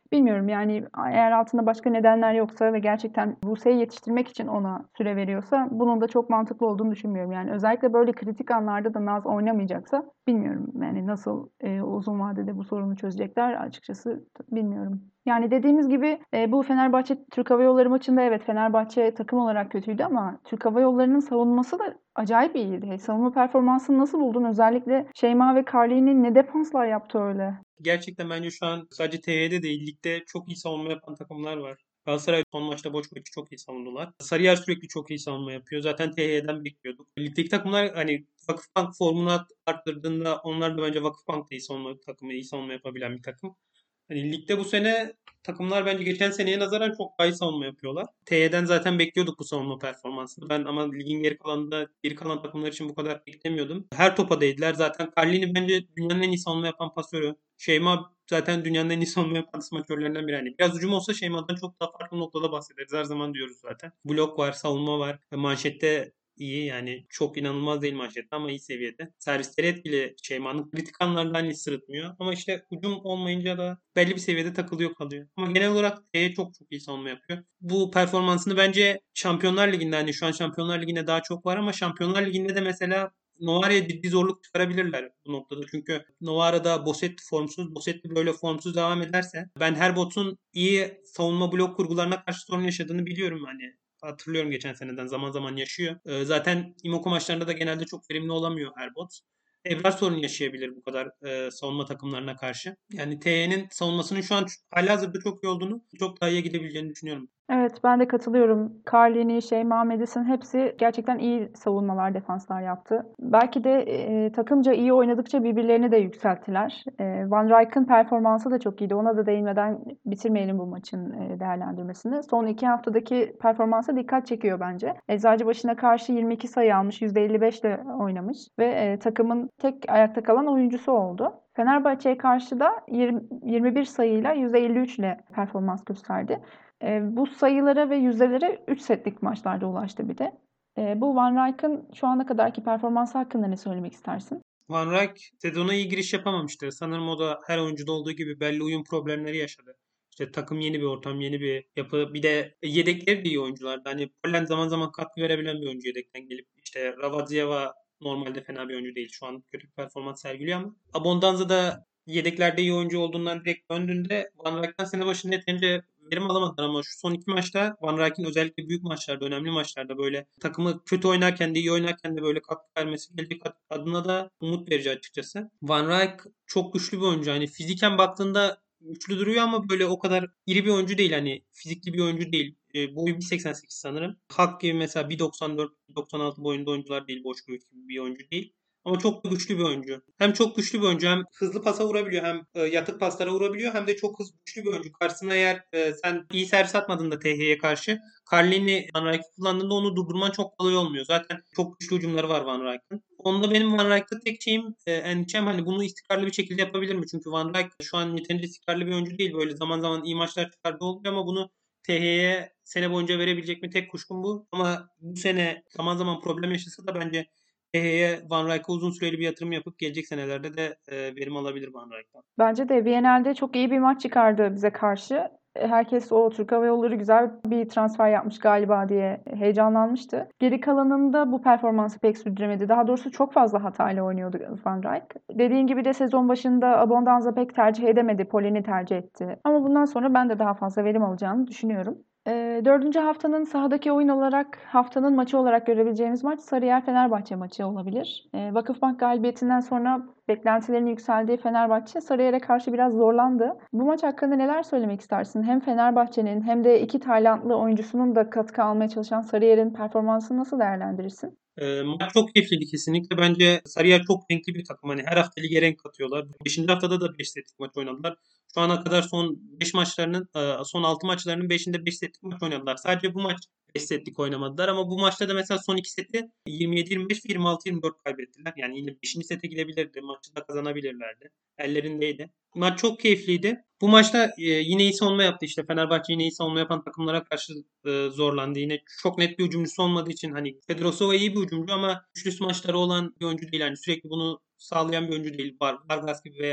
Speaker 1: Bilmiyorum yani eğer altında başka nedenler yoksa ve gerçekten Buse'yi yetiştirmek için ona süre veriyorsa bunun da çok mantıklı olduğunu düşünmüyorum. Yani özellikle böyle kritik anlarda da Naz oynamayacaksa bilmiyorum yani nasıl e, uzun vadede bu sorunu çözecekler açıkçası bilmiyorum. Yani dediğimiz gibi e, bu Fenerbahçe Türk Hava Yolları maçında evet Fenerbahçe takım olarak kötüydü ama Türk Hava Yolları'nın savunması da acayip iyiydi. Savunma performansını nasıl buldun? Özellikle Şeyma ve Carly'nin ne defanslar yaptı öyle.
Speaker 2: Gerçekten bence şu an sadece T Y'de değil ligde çok iyi savunma yapan takımlar var. Galatasaray son maçta boş maçı çok iyi savundular. Sarıyer sürekli çok iyi savunma yapıyor. Zaten T Y'den bekliyorduk. Ligdeki takımlar hani Vakıfbank formunu arttırdığında onlar da bence Vakıfbank da iyi savunma takımı, iyi savunma yapabilen bir takım. Hani ligde bu sene takımlar bence geçen seneye nazaran çok daha iyi savunma yapıyorlar. T Y'den zaten bekliyorduk bu savunma performansını. Ben ama ligin geri kalanında geri kalan takımlar için bu kadar beklemiyordum. Her topa değdiler. Zaten Carlini bence dünyanın en iyi savunma yapan pasörü. Şeyma zaten dünyanın en iyi savunma yapan smaçörlerinden biri. Hani biraz hücum olsa Şeyma'dan çok daha farklı noktada bahsederiz. Her zaman diyoruz zaten. Blok var, savunma var. Manşette iyi yani çok inanılmaz değil manşette ama iyi seviyede. Servisleri etkili Şeyma'nın kritik anlardan hiç sırıtmıyor. Ama işte hücum olmayınca da belli bir seviyede takılıyor kalıyor. Ama genel olarak T'ye çok çok iyi savunma yapıyor. Bu performansını bence Şampiyonlar Ligi'nde hani şu an Şampiyonlar Ligi'nde daha çok var ama Şampiyonlar Ligi'nde de mesela Novara'ya ciddi zorluk çıkarabilirler bu noktada. Çünkü Novara'da Bosetti formsuz. Bosetti böyle formsuz devam ederse ben Herbots'un iyi savunma blok kurgularına karşı sorun yaşadığını biliyorum hani. Hatırlıyorum geçen seneden zaman zaman yaşıyor. Ee, zaten Imoko maçlarında da genelde çok verimli olamıyor Herbot. Ebrar sorun yaşayabilir bu kadar e, savunma takımlarına karşı. Yani T Y'nin savunmasının şu an halihazırda çok iyi olduğunu, çok daha iyi gidebileceğini düşünüyorum.
Speaker 1: Evet, ben de katılıyorum. Carlini, Şeyma, Madison hepsi gerçekten iyi savunmalar, defanslar yaptı. Belki de e, takımca iyi oynadıkça birbirlerini de yükselttiler. E, Van Dijk'ın performansı da çok iyiydi. Ona da değinmeden bitirmeyelim bu maçın e, değerlendirmesini. Son iki haftadaki performansa dikkat çekiyor bence. Eczacıbaşı'na karşı yirmi iki sayı almış, yüzde elli beş ile oynamış ve e, takımın tek ayakta kalan oyuncusu oldu. Fenerbahçe'ye karşı da yirmi, yirmi bir sayıyla yüzde elli üç ile performans gösterdi. Eee, bu sayılara ve yüzdelere üç setlik maçlarda ulaştı bir de. Eee, bu Van Dijk'ın şu ana kadarki performansı hakkında ne söylemek istersin?
Speaker 2: Van Dijk sezona iyi giriş yapamamıştı. Sanırım o da her oyuncuda olduğu gibi belli uyum problemleri yaşadı. İşte takım yeni bir ortam, yeni bir yapı. Bir de yedekleri de iyi oyunculardı. Hani Polen zaman zaman katkı verebilen bir oyuncu yedekten gelip işte Ravadzieva normalde fena bir oyuncu değil. Şu an kötü bir performans sergiliyor ama Abondanza da yedeklerde iyi oyuncu olduğundan direkt döndüğünde Van Dijk'ten sene başında yeterince verim alamadılar ama şu son iki maçta Van Dijk'in özellikle büyük maçlarda, önemli maçlarda böyle takımı kötü oynarken de iyi oynarken de böyle katkı vermesi gelecek adına da umut verici açıkçası. Van Dijk çok güçlü bir oyuncu. Hani fiziken baktığında güçlü duruyor ama böyle o kadar iri bir oyuncu değil. Hani fizikli bir oyuncu değil. E, boyu bir seksen sekiz sanırım. Hulk gibi mesela bir doksan dört doksan altı boyunda oyuncular değil. Boş göğüs gibi bir oyuncu değil. Ama çok da güçlü bir oyuncu. Hem çok güçlü bir oyuncu hem hızlı pasa vurabiliyor hem e, yatık paslara vurabiliyor hem de çok hızlı güçlü bir oyuncu. Karşısına eğer e, sen iyi servis atmadığında T H'ye karşı Carlini Van Dijk'i kullandığında onu durdurman çok kolay olmuyor. Zaten çok güçlü hücumları var Van Dijk'ın. Onda benim Van Dijk'ta tek şeyim e, endişem hani bunu istikrarlı bir şekilde yapabilir mi? Çünkü Van Dijk şu an yeterince istikrarlı bir oyuncu değil. Böyle zaman zaman iyi maçlar çıkardığı oluyor ama bunu T H'ye sene boyunca verebilecek mi? Tek kuşkum bu. Ama bu sene zaman zaman problem yaşasa da bence T H'ye Van Dijk'a uzun süreli bir yatırım yapıp gelecek senelerde de e, verim alabilir Van Dijk'tan.
Speaker 1: Bence de Viyana'da çok iyi bir maç çıkardı bize karşı. E, Herkes o Türk Hava Yolları güzel bir transfer yapmış galiba diye heyecanlanmıştı. Geri kalanında bu performansı pek sürdüremedi. Daha doğrusu çok fazla hatayla oynuyordu Van Dijk. Dediğin gibi de sezon başında Abondanza pek tercih edemedi. Polen'i tercih etti. Ama bundan sonra ben de daha fazla verim alacağını düşünüyorum. E, dördüncü haftanın sahadaki oyun olarak haftanın maçı olarak görebileceğimiz maç Sarıyer-Fenerbahçe maçı olabilir. E, Vakıfbank galibiyetinden sonra beklentilerin yükseldiği Fenerbahçe Sarıyer'e karşı biraz zorlandı. Bu maç hakkında neler söylemek istersin? Hem Fenerbahçe'nin hem de iki Taylandlı oyuncusunun da katkı almaya çalışan Sarıyer'in performansını nasıl değerlendirirsin?
Speaker 2: E, maç çok keyifliydi kesinlikle. Bence Sarıyer çok renkli bir takım. Hani her hafta lige renk katıyorlar. Beşinci haftada da beş setlik maç oynadılar. Şu ana kadar son beş maçlarının, e, son altı maçlarının beşinde beş setlik maç oynadılar. Sadece bu maç beş setlik oynamadılar ama bu maçta da mesela son iki seti yirmi yedi yirmi beş ve yirmi altı yirmi dört kaybettiler. Yani yine beşinci sete gidebilirdi. Maçı da kazanabilirlerdi. Ellerindeydi. Maç çok keyifliydi. Bu maçta e, yine iyi savunma yaptı işte. Fenerbahçe yine iyi savunma yapan takımlara karşı e, zorlandı. Yine çok net bir hücumcusu olmadığı için hani Fedorosova iyi bir hücumcu ama üçlü smaçları olan bir oyuncu değil. Yani sürekli bunu sağlayan bir oyuncu değil. Var, Vargas gibi veya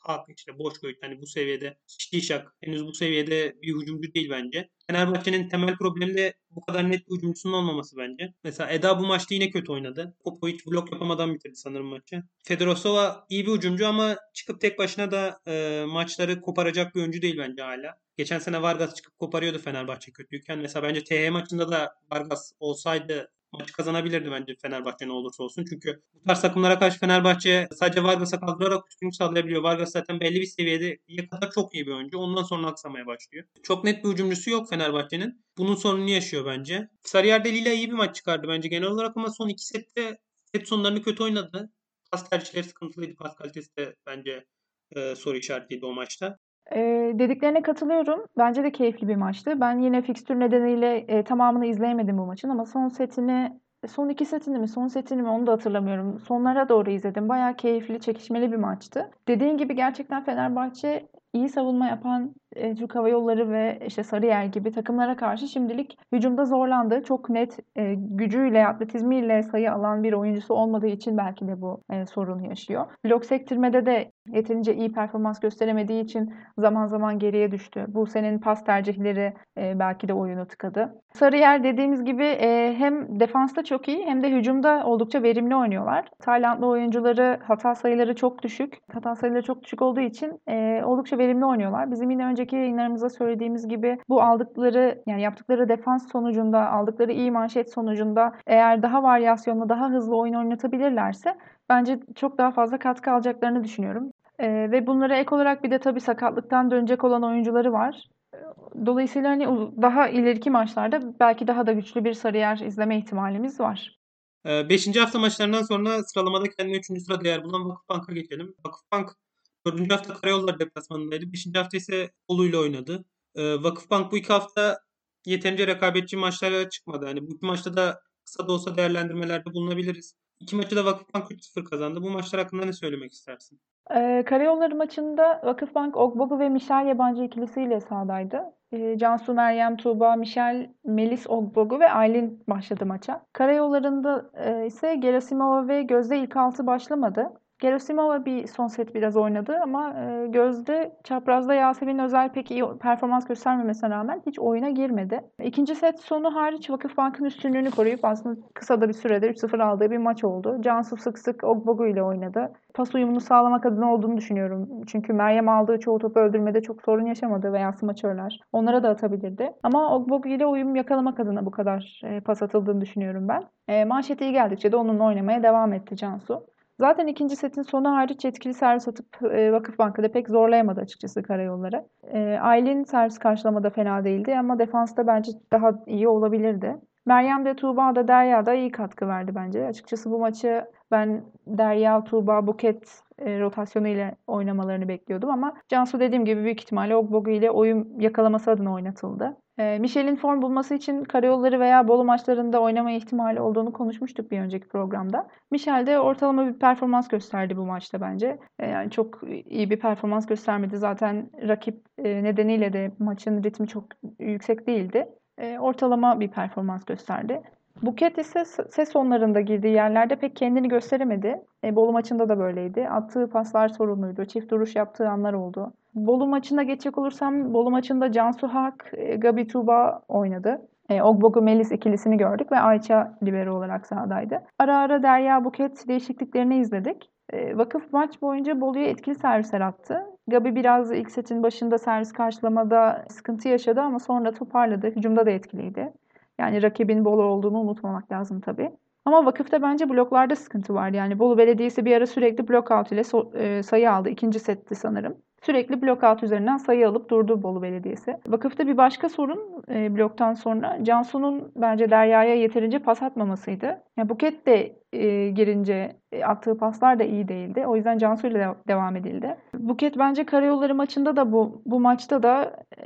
Speaker 2: Hak, işte Boşkoviç hani bu seviyede, Şişak henüz bu seviyede bir hücumcu değil bence. Fenerbahçe'nin temel problemi de bu kadar net bir hücumcusunun olmaması bence. Mesela Eda bu maçta yine kötü oynadı. Popovic blok yapamadan bitirdi sanırım maçı. Fedorosova iyi bir hücumcu ama çıkıp tek başına da e, maçları koparacak bir oyuncu değil bence hala. Geçen sene Vargas çıkıp koparıyordu Fenerbahçe kötüyken. Mesela bence T H maçında da Vargas olsaydı maçı kazanabilirdi bence Fenerbahçe ne olursa olsun. Çünkü bu tarz takımlara karşı Fenerbahçe sadece Vargas'a kaldırarak üstünlük sağlayabiliyor. Vargas zaten belli bir seviyede iyi kadar çok iyi bir oyuncu. Ondan sonra aksamaya başlıyor. Çok net bir hücumcusu yok Fenerbahçe'nin. Bunun sorununu yaşıyor bence. Sarıyer'de Lila iyi bir maç çıkardı bence genel olarak ama son iki sette set sonlarını kötü oynadı. Pas tercihleri sıkıntılıydı. Pas kalitesi de bence e, soru işaretiydi o maçta.
Speaker 1: Eee, dediklerine katılıyorum. Bence de keyifli bir maçtı. Ben yine fikstür nedeniyle e, tamamını izleyemedim bu maçın ama son setini, son iki setini mi, son setini mi onu da hatırlamıyorum. Sonlara doğru izledim. Bayağı keyifli, çekişmeli bir maçtı. Dediğin gibi gerçekten Fenerbahçe iyi savunma yapan e, Türk Hava Yolları ve işte Sarıyer gibi takımlara karşı şimdilik hücumda zorlandı. Çok net e, gücüyle, atletizmiyle sayı alan bir oyuncusu olmadığı için belki de bu e, sorunu yaşıyor. Blok sektirmede de yeterince iyi performans gösteremediği için zaman zaman geriye düştü. Bu senin pas tercihleri e, belki de oyunu tıkadı. Sarıyer dediğimiz gibi e, hem defansta çok iyi hem de hücumda oldukça verimli oynuyorlar. Taylandlı oyuncuları hata sayıları çok düşük. Hata sayıları çok düşük olduğu için e, oldukça verimli oynuyorlar. Bizim yine önceki yayınlarımızda söylediğimiz gibi bu aldıkları yani yaptıkları defans sonucunda aldıkları iyi manşet sonucunda eğer daha varyasyonlu daha hızlı oyun oynatabilirlerse bence çok daha fazla katkı alacaklarını düşünüyorum. Ee, ve bunlara ek olarak bir de tabii sakatlıktan dönecek olan oyuncuları var. Dolayısıyla hani daha ileriki maçlarda belki daha da güçlü bir Sarıyer izleme ihtimalimiz var.
Speaker 2: Ee, beşinci hafta maçlarından sonra sıralamada kendine üçüncü sırada yer bulan Vakıfbank'a geçelim. Vakıfbank dördüncü hafta Karayolları deplasmanındaydı. Beşinci hafta ise Bolu ile oynadı. Ee, Vakıfbank bu iki hafta yeterince rekabetçi maçlara çıkmadı. Yani bu iki maçta da kısa da olsa değerlendirmelerde bulunabiliriz. İki maçı da Vakıfbank üç sıfır kazandı. Bu maçlar hakkında ne söylemek istersin?
Speaker 1: Ee, Karayolları maçında Vakıfbank, Ogbogu ve Michel yabancı ikilisiyle sahadaydı. Ee, Cansu, Meryem, Tuğba, Michel, Melis, Ogbogu ve Aylin başladı maça. Karayollarında e, ise Gerasimova ve Gözde ilk altı başlamadı. Gerasimova bir son set biraz oynadı ama e, Gözde çaprazda Yasemin Özel pek iyi performans göstermemesine rağmen hiç oyuna girmedi. İkinci set sonu hariç Vakıfbank'ın üstünlüğünü koruyup aslında kısa da bir sürede üç sıfır aldığı bir maç oldu. Cansu sık sık Ogbogu ile oynadı. Pas uyumunu sağlamak adına olduğunu düşünüyorum. Çünkü Meryem aldığı çoğu topu öldürmede çok sorun yaşamadı veya smaçörler. Onlara da atabilirdi. Ama Ogbogu ile uyum yakalamak adına bu kadar e, pas atıldığını düşünüyorum ben. E, manşete iyi geldikçe de onunla oynamaya devam etti Cansu. Zaten ikinci setin sonu hariç etkili servis atıp e, Vakıfbank'ı pek zorlayamadı açıkçası Karayolları. E, Aylin servis karşılamada fena değildi ama defansta bence daha iyi olabilirdi. Meryem de Tuğba da Derya da iyi katkı verdi bence. Açıkçası bu maçı ben Derya, Tuğba, Buket e, rotasyonu ile oynamalarını bekliyordum ama Cansu dediğim gibi büyük ihtimalle Ogbogu ile oyun yakalaması adına oynatıldı. E, Michel'in form bulması için Karayolları veya Bolu maçlarında oynama ihtimali olduğunu konuşmuştuk bir önceki programda. Michel de ortalama bir performans gösterdi bu maçta bence. E, yani çok iyi bir performans göstermedi. Zaten rakip e, nedeniyle de maçın ritmi çok yüksek değildi. E, ortalama bir performans gösterdi. Buket ise ses onlarında girdiği yerlerde pek kendini gösteremedi. E, Bolu maçında da böyleydi. Attığı paslar sorunluydu. Çift duruş yaptığı anlar oldu. Bolu maçına geçecek olursam Bolu maçında Cansu Hak, e, Gabi Tuğba oynadı. E, Ogbogu Melis ikilisini gördük ve Ayça libero olarak sahadaydı. Ara ara Derya Buket değişikliklerini izledik. E, Vakıf maç boyunca Bolu'ya etkili servisler attı. Gabi biraz ilk setin başında servis karşılamada sıkıntı yaşadı ama sonra toparladı. Hücumda da etkiliydi. Yani rakibin Bolu olduğunu unutmamak lazım tabii. Ama vakıfta bence bloklarda sıkıntı var. Yani Bolu Belediyesi bir ara sürekli blok out ile so- e, sayı aldı. İkinci setti sanırım. Sürekli blok out üzerinden sayı alıp durdu Bolu Belediyesi. Vakıfta bir başka sorun e, bloktan sonra Cansu'nun bence Derya'ya yeterince pas atmamasıydı. Ya Buket de e, girince e, attığı paslar da iyi değildi. O yüzden Cansu ile de- devam edildi. Buket bence Karayolları maçında da bu bu maçta da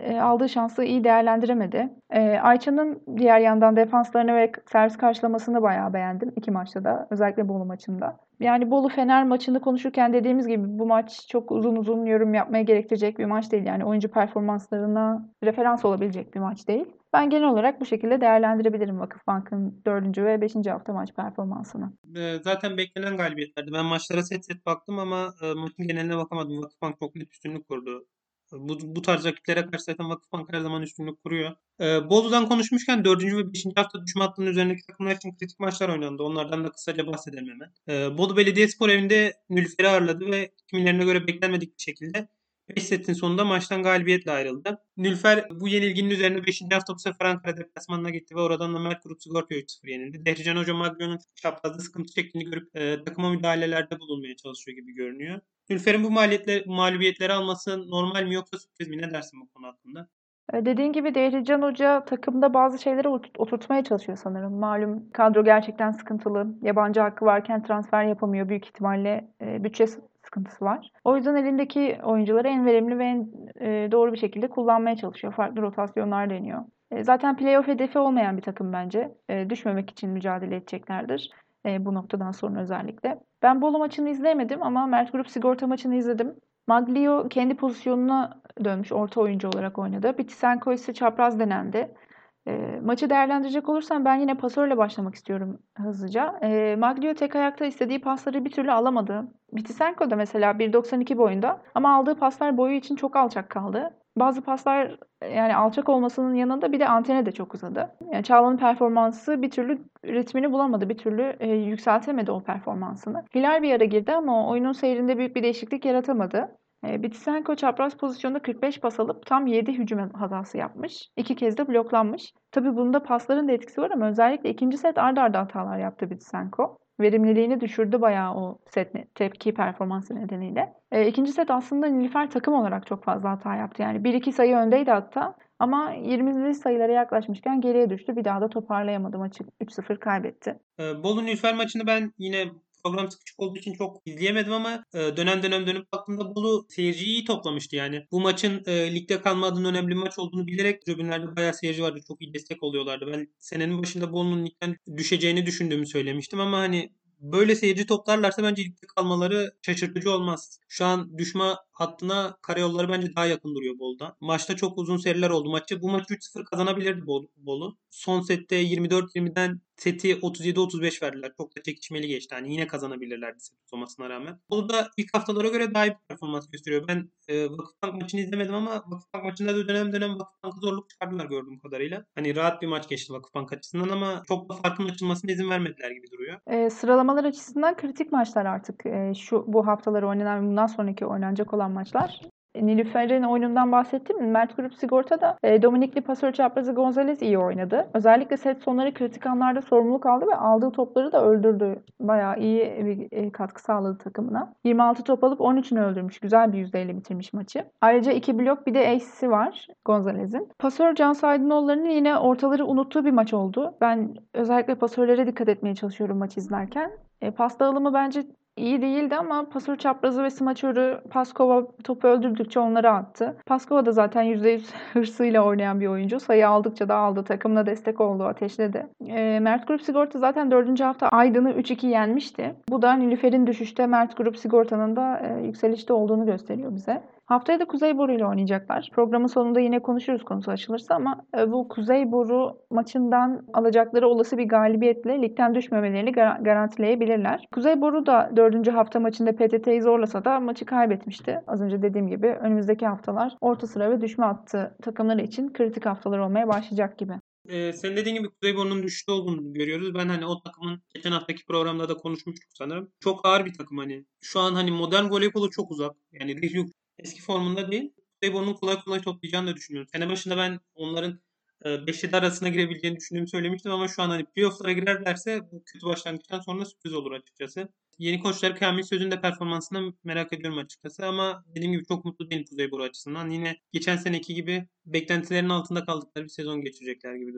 Speaker 1: e, aldığı şansı iyi değerlendiremedi. E, Ayça'nın diğer yandan defanslarını ve servis karşılamasını bayağı beğendim iki maçta da. Özellikle Bolu maçında. Yani Bolu Fener maçını konuşurken dediğimiz gibi bu maç çok uzun uzun yorum yapmaya gerektirecek bir maç değil. Yani oyuncu performanslarına referans olabilecek bir maç değil. Ben genel olarak bu şekilde değerlendirebilirim Vakıfbank'ın dördüncü ve beşinci hafta maç performansını.
Speaker 2: Ee, zaten beklenen galibiyetlerdi. Ben maçlara set set baktım ama e, maçın geneline bakamadım. Vakıfbank çok net üstünlük kurdu. Bu, bu tarz rakiplere karşı zaten Vakıfbank her zaman üstünlük kuruyor. Ee, Bolu'dan konuşmuşken dördüncü ve beşinci hafta düşme hattının üzerindeki takımlar için kritik maçlar oynandı. Onlardan da kısaca bahsedelim hemen. Ee, Bolu Belediyespor evinde Nülfer'i ağırladı ve kimilerine göre beklenmedik bir şekilde beş setin sonunda maçtan galibiyetle ayrıldı. Nülfer bu yenilginin üzerine beşinci hafta bu sefer Ankara deplasmanına gitti ve oradan da Mert Grup Sigorta'ya üç sıfır yenildi. Dehrican Hoca Maglio'nun çaprazda sıkıntı çektiğini görüp e, takıma müdahalelerde bulunmaya çalışıyor gibi görünüyor. Nülfer'in bu maliyetle, mağlubiyetleri alması normal mi yoksa sürpriz mi? Ne dersin bu konu hakkında?
Speaker 1: E, Dediğin gibi Dehrican Hoca takımda bazı şeyleri ot- oturtmaya çalışıyor sanırım. Malum kadro gerçekten sıkıntılı. Yabancı hakkı varken transfer yapamıyor. Büyük ihtimalle e, bütçe s- sıkıntısı var. O yüzden elindeki oyuncuları en verimli ve en e, doğru bir şekilde kullanmaya çalışıyor. Farklı rotasyonlar deniyor. E, zaten playoff hedefi olmayan bir takım bence. E, düşmemek için mücadele edeceklerdir. E, bu noktadan sonra özellikle. Ben Bolu maçını izleyemedim ama Mert Grup Sigorta maçını izledim. Maglio kendi pozisyonuna dönmüş. Orta oyuncu olarak oynadı. Bitisenko ise çapraz denendi. E, maçı değerlendirecek olursam ben yine pasörle başlamak istiyorum hızlıca. E, Maglio tek ayakta istediği pasları bir türlü alamadı. Bitisenko da mesela bir doksan iki boyunda ama aldığı paslar boyu için çok alçak kaldı. Bazı paslar yani alçak olmasının yanında bir de antene de çok uzadı. Yani Çağla'nın performansı bir türlü ritmini bulamadı. Bir türlü e, yükseltemedi o performansını. Hilal bir ara girdi ama oyunun seyrinde büyük bir değişiklik yaratamadı. E, Bitisenko çapraz pozisyonda kırk beş pas alıp tam yedi hücum hatası yapmış. İki kez de bloklanmış. Tabii bunda pasların da etkisi var ama özellikle ikinci set arda arda hatalar yaptı Bitisenko. Verimliliğini düşürdü bayağı o set ne- tepki performansı nedeniyle. E, ikinci set aslında Nilüfer takım olarak çok fazla hata yaptı. Yani bir iki sayı öndeydi hatta. Ama yirmili sayılara yaklaşmışken geriye düştü. Bir daha da toparlayamadı maçı. üç sıfır kaybetti.
Speaker 2: Ee, Bolu Nilüfer maçını ben yine program sıkışık olduğu için çok izleyemedim ama e, dönem dönem dönüp baktığımda Bolu seyirciyi iyi toplamıştı yani. Bu maçın e, ligde kalma adına önemli bir maç olduğunu bilerek tribünlerde bayağı seyirci vardı. Çok iyi destek oluyorlardı. Ben senenin başında Bolu'nun ligden düşeceğini düşündüğümü söylemiştim ama hani böyle seyirci toplarlarsa bence ligde kalmaları şaşırtıcı olmaz. Şu an düşme hattına karayolları bence daha yakın duruyor Bolu'da. Maçta çok uzun seriler oldu maçı. Bu maçı üç sıfır kazanabilirdi Bol- Bolu. Son sette yirmi dört yirmiden seti otuz yedi otuz beş verdiler. Çok da çekişmeli geçti. Hani yine kazanabilirlerdi set uzamasına rağmen. Bolu da ilk haftalara göre daha iyi bir performans gösteriyor. Ben e, Vakıfbank maçını izlemedim ama Vakıfbank maçında da dönem dönem Vakıfbank'a zorluk çıkardılar gördüğüm kadarıyla. Hani rahat bir maç geçti Vakıfbank açısından ama çok da farkın açılmasına izin vermediler gibi duruyor.
Speaker 1: E, sıralamalar açısından kritik maçlar artık. E, şu bu haftaları oynanan ve bundan sonraki oynanacak olan maçlar. E, Nilüfer'in oyunundan bahsettim mi? Mert Grup Sigorta'da e, Dominikli pasör çaprazı Gonzalez iyi oynadı. Özellikle set sonları kritik anlarda sorumluluk aldı ve aldığı topları da öldürdü. Bayağı iyi bir e, katkı sağladı takımına. yirmi altı top alıp on üçünü öldürmüş. Güzel bir yüzdeyle bitirmiş maçı. Ayrıca iki blok bir de ace'i var Gonzalez'in. Pasör Can Saydınoğulları'nın yine ortaları unuttuğu bir maç oldu. Ben özellikle pasörlere dikkat etmeye çalışıyorum maç izlerken. E, pas dağılımı bence iyi değildi ama pasör çaprazı ve smaçörü Paskova topu öldürdükçe onları attı. Paskova da zaten yüzde yüz hırsıyla oynayan bir oyuncu. Sayı aldıkça da aldı. Takımına destek oldu, ateşledi. E, Mert Grup Sigorta zaten dördüncü hafta Aydın'ı üç iki yenmişti. Bu da Nilüfer'in düşüşte, Mert Grup Sigorta'nın da e, yükselişte olduğunu gösteriyor bize. Haftaya da Kuzeyboru ile oynayacaklar. Programın sonunda yine konuşuruz konusu açılırsa ama e, bu Kuzeyboru maçından alacakları olası bir galibiyetle ligden düşmemelerini gar- garantileyebilirler. Kuzeyboru da dördüncü hafta maçında P T T'yi zorlasa da maçı kaybetmişti. Az önce dediğim gibi önümüzdeki haftalar orta sıra ve düşme hattı takımları için kritik haftalar olmaya başlayacak gibi.
Speaker 2: Ee, senin dediğin gibi Kuzeyburnu'nun düşüşte olduğunu görüyoruz. Ben hani o takımın geçen haftaki programda da konuşmuştuk sanırım. Çok ağır bir takım hani. Şu an hani modern voleybolu çok uzak. Yani Reflux eski formunda değil. Kuzeyburnu'nun kolay kolay toplayacağını da düşünüyorum. Sene başında ben onların e, beş yedi arasına girebileceğini düşündüğümü söylemiştim ama şu an hani playoff'lara girerlerse bu kötü başlangıçtan sonra sürpriz olur açıkçası. Yeni koçları Kamil Söz'ün de performansını merak ediyorum açıkçası ama dediğim gibi çok mutlu değilim Kuzeyboru açısından. Yine geçen seneki gibi beklentilerin altında kaldıkları bir sezon geçirecekler gibi duruyor.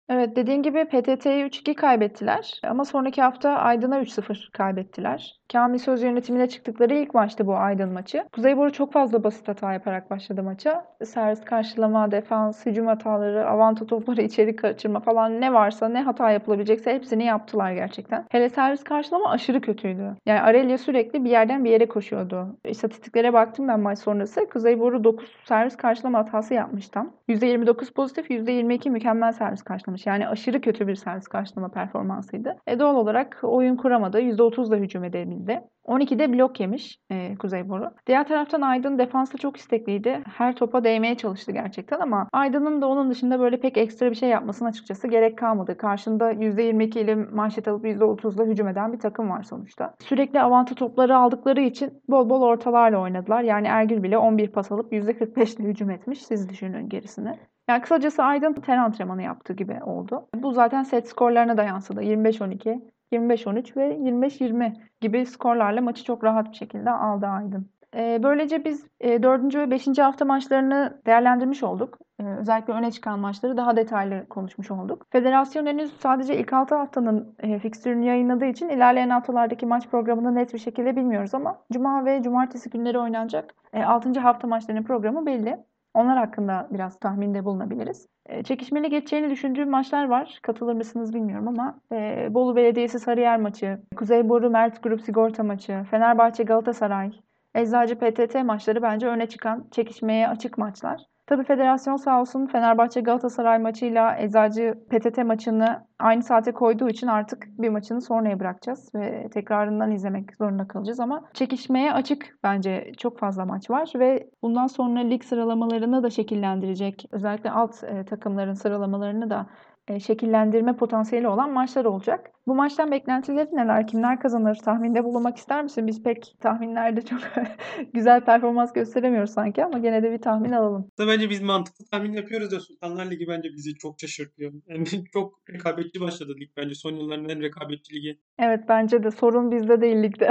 Speaker 1: Evet, dediğin gibi P T T'ye üç iki kaybettiler ama sonraki hafta Aydın'a üç sıfır kaybettiler. Kamil Söz yönetimine çıktıkları ilk maçtı bu Aydın maçı. Kuzeyboru çok fazla basit hata yaparak başladı maça. Servis karşılama, defans, hücum hataları, avanta topları içeri kaçırma falan ne varsa, ne hata yapılabilecekse hepsini yaptılar gerçekten. Hele servis karşılama aşırı kötüydü. Yani Aurelio sürekli bir yerden bir yere koşuyordu. İstatistiklere baktım ben maç sonrası. Kuzeyboru dokuz servis karşılama hatası yapmış tam. yüzde yirmi dokuz pozitif, yüzde yirmi iki mükemmel servis karşılamış. Yani aşırı kötü bir servis karşılama performansıydı. E doğal olarak oyun kuramadı. yüzde otuz da hücum edebildi. on ikide blok yemiş e, Kuzeyboru. Diğer taraftan Aydın defansta çok istekliydi. Her topa değmeye çalıştı gerçekten ama Aydın'ın da onun dışında böyle pek ekstra bir şey yapmasına açıkçası gerek kalmadı. Karşında yüzde yirmi iki ile manşet alıp yüzde otuzla hücum eden bir takım var sonuçta. Sürekli avanta topları aldıkları için bol bol ortalarla oynadılar. Yani Ergül bile on bir pas alıp yüzde kırk beş ile hücum etmiş. Siz düşünün gerisini. Yani kısacası Aydın ten antrenmanı yaptığı gibi oldu. Bu zaten set skorlarına da yansıdı. yirmi beş on iki, yirmi beş on üç ve yirmi beş yirmi gibi skorlarla maçı çok rahat bir şekilde aldı Aydın. Ee, böylece biz e, dördüncü ve beşinci hafta maçlarını değerlendirmiş olduk. Ee, özellikle öne çıkan maçları daha detaylı konuşmuş olduk. Federasyon henüz sadece ilk altı haftanın e, fikstürünü yayınladığı için ilerleyen haftalardaki maç programını net bir şekilde bilmiyoruz ama Cuma ve Cumartesi günleri oynanacak e, altıncı hafta maçlarının programı belli. Onlar hakkında biraz tahminde bulunabiliriz. E, çekişmeli geçeceğini düşündüğüm maçlar var. Katılır mısınız bilmiyorum ama e, Bolu Belediyesi Sarıyer maçı, Kuzeyboru Mert Grup Sigorta maçı, Fenerbahçe Galatasaray, Eczacı P T T maçları bence öne çıkan çekişmeye açık maçlar. Tabii federasyon sağ olsun Fenerbahçe Galatasaray maçıyla Eczacı P T T maçını aynı saate koyduğu için artık bir maçını sonraya bırakacağız ve tekrarından izlemek zorunda kalacağız ama çekişmeye açık bence çok fazla maç var ve bundan sonra lig sıralamalarını da şekillendirecek, özellikle alt e, takımların sıralamalarını da e, şekillendirme potansiyeli olan maçlar olacak. Bu maçtan beklentileri neler? Kimler kazanır? Tahminde bulunmak ister misin? Biz pek tahminlerde çok güzel performans gösteremiyoruz sanki ama gene de bir tahmin alalım.
Speaker 2: Da bence biz mantıklı tahmin yapıyoruz da Sultanlar Ligi bence bizi çok şaşırtıyor. Yani çok rekabetçi başladı lig bence. Son yılların en rekabetçi ligi.
Speaker 1: Evet, bence de sorun bizde değil ligde.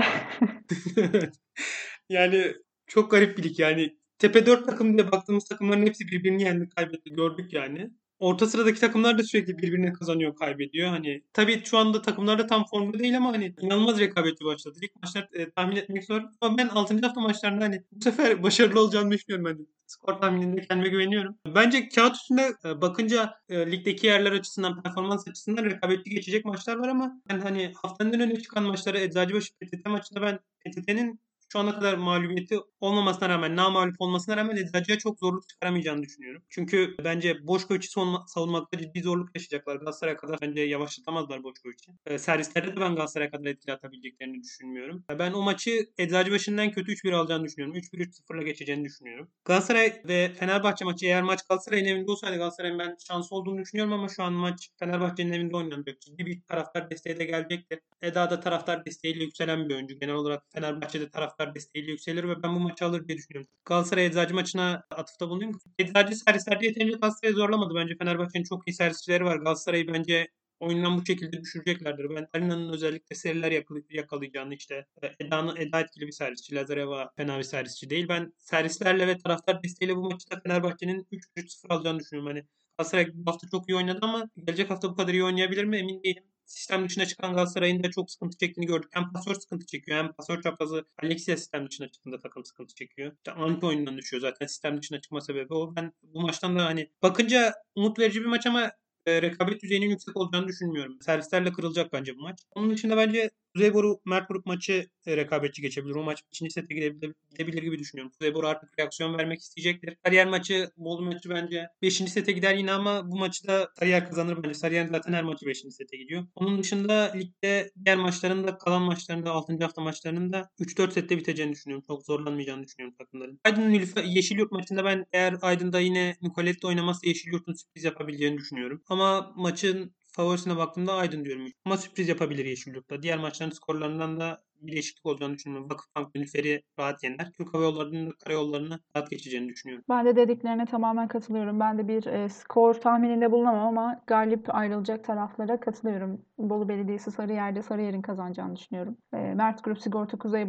Speaker 2: Yani çok garip bir lig yani. Tepe dört takım diye baktığımız takımların hepsi birbirini yendi, kaybetti gördük yani. Orta sıradaki takımlar da sürekli birbirine kazanıyor, kaybediyor. Hani tabii şu anda takımlar da tam formda değil ama hani inanılmaz rekabetçi başladı. İlk maçlar e, tahmin etmek zor. Ama ben altıncı hafta maçlarında hani bu sefer başarılı olacağını düşünüyorum ben de. Skor tahmininde kendime güveniyorum. Bence kağıt üstünde e, bakınca e, ligdeki yerler açısından, performans açısından rekabetli geçecek maçlar var ama ben hani haftanın en öne çıkan maçları Eczacıbaşı P T T maçında ben P T T'nin şu ana kadar mağlubiyeti olmamasına rağmen, namağlup olmasına rağmen Eczacı'ya çok zorluk çıkaramayacağını düşünüyorum. Çünkü bence Boşkoviç'i savunma, savunmakta ciddi zorluk yaşayacaklar. Galatasaray'a kadar bence yavaşlatamazlar Boşkoviç'i. E, servislerde de ben Galatasaray'a kadar etkili atabileceklerini düşünmüyorum. E, ben o maçı Eczacıbaşı'ndan kötü üç bir alacağını düşünüyorum. üç bir üç sıfırla geçeceğini düşünüyorum. Galatasaray ve Fenerbahçe maçı, eğer maç Galatasaray'ın evinde olsaydı Galatasaray'ın ben şanslı olduğunu düşünüyorum ama şu an maç Fenerbahçe'nin evinde oynanacak. Ciddi bir taraftar desteği de gelecektir. Eda da taraftar desteğiyle yükselen bir oyuncu. Genel olarak Fenerbahçe'de taraftar desteğiyle yükselir ve ben bu maçı alır diye düşünüyorum. Galatasaray Eczacı maçına atıfta bulunayım. Eczacı servislerde yeterince Galatasaray'ı zorlamadı. Bence Fenerbahçe'nin çok iyi servisçileri var. Galatasaray'ı bence oyundan bu şekilde düşüreceklerdir. Ben Arina'nın özellikle seriler yakala- yakalayacağını, işte e, Eda'nın Eda etkili bir servisçi. Lazareva fena bir servisçi değil. Ben servislerle ve taraftar desteğiyle bu maçı da Fenerbahçe'nin üç üç sıfır alacağını düşünüyorum. Hani Galatasaray bu hafta çok iyi oynadı ama gelecek hafta bu kadar iyi oynayabilir mi emin değilim. Sistem dışına çıkan Galatasaray'ın da çok sıkıntı çektiğini gördük. Hem pasör sıkıntı çekiyor hem pasör çaprazı Alexia sistem dışına çıktığında takım sıkıntı çekiyor. İşte Anti oyundan düşüyor zaten, sistem dışına çıkma sebebi o. Ben bu maçtan da hani bakınca umut verici bir maç ama e, rekabet düzeyinin yüksek olacağını düşünmüyorum. Servislerle kırılacak bence bu maç. Onun dışında bence Kuzeyboru Mert Grup maçı e, rekabetçi geçebilir. O maç ikinci sete gidebilir, gidebilir gibi düşünüyorum. Kuzeyboru artık reaksiyon vermek isteyecektir. Kariyer maçı, Bolu maçı bence beşinci sete gider yine ama bu maçı da Sarıyer kazanır bence. Sarıyer zaten her maçı beşinci sete gidiyor. Onun dışında ligde diğer maçlarında, kalan maçlarında, altıncı hafta maçlarının da üç dört sette biteceğini düşünüyorum. Çok zorlanmayacağını düşünüyorum takımların. Aydın Nilüfer, Yeşilyurt maçında ben eğer Aydın'da yine Nicoletti oynamazsa Yeşilyurt'un sürpriz yapabileceğini düşünüyorum. Ama maçın favorisine baktığımda Aydın diyorum. Ama sürpriz yapabilir Yeşilyurt'ta. Diğer maçların skorlarından da bir değişiklik olacağını düşünüyorum. Vakıfbank Nilüfer'i rahat yener. Türk Hava Yolları'nın da karayollarını rahat geçeceğini düşünüyorum.
Speaker 1: Ben de dediklerine tamamen katılıyorum. Ben de bir e, skor tahmininde bulunamam ama galip ayrılacak taraflara katılıyorum. Bolu Belediyesi Sarıyer'de Sarıyer'in kazanacağını düşünüyorum. E, Mert Grup Sigorta Kuzeyboru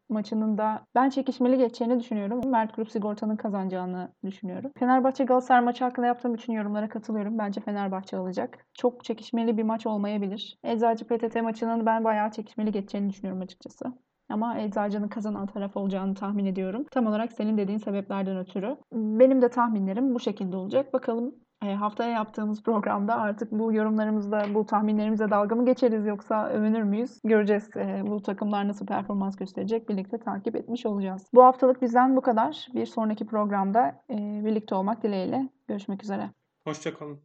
Speaker 1: maçının da ben çekişmeli geçeceğini düşünüyorum. Mert Grup Sigorta'nın kazanacağını düşünüyorum. Fenerbahçe Galatasaray maçı hakkında yaptığım bütün yorumlara katılıyorum. Bence Fenerbahçe alacak. Çok çekişmeli bir maç olmayabilir. Eczacı P T T maçının ben bayağı çekişmeli geçeceğini düşünüyorum açıkçası. Ama Eczacı'nın kazanan taraf olacağını tahmin ediyorum. Tam olarak senin dediğin sebeplerden ötürü. Benim de tahminlerim bu şekilde olacak. Bakalım e, haftaya yaptığımız programda artık bu yorumlarımızla, bu tahminlerimizle dalga mı geçeriz yoksa övünür müyüz? Göreceğiz. E, bu takımlar nasıl performans gösterecek birlikte takip etmiş olacağız. Bu haftalık bizden bu kadar. Bir sonraki programda e, birlikte olmak dileğiyle. Görüşmek üzere.
Speaker 2: Hoşça kalın.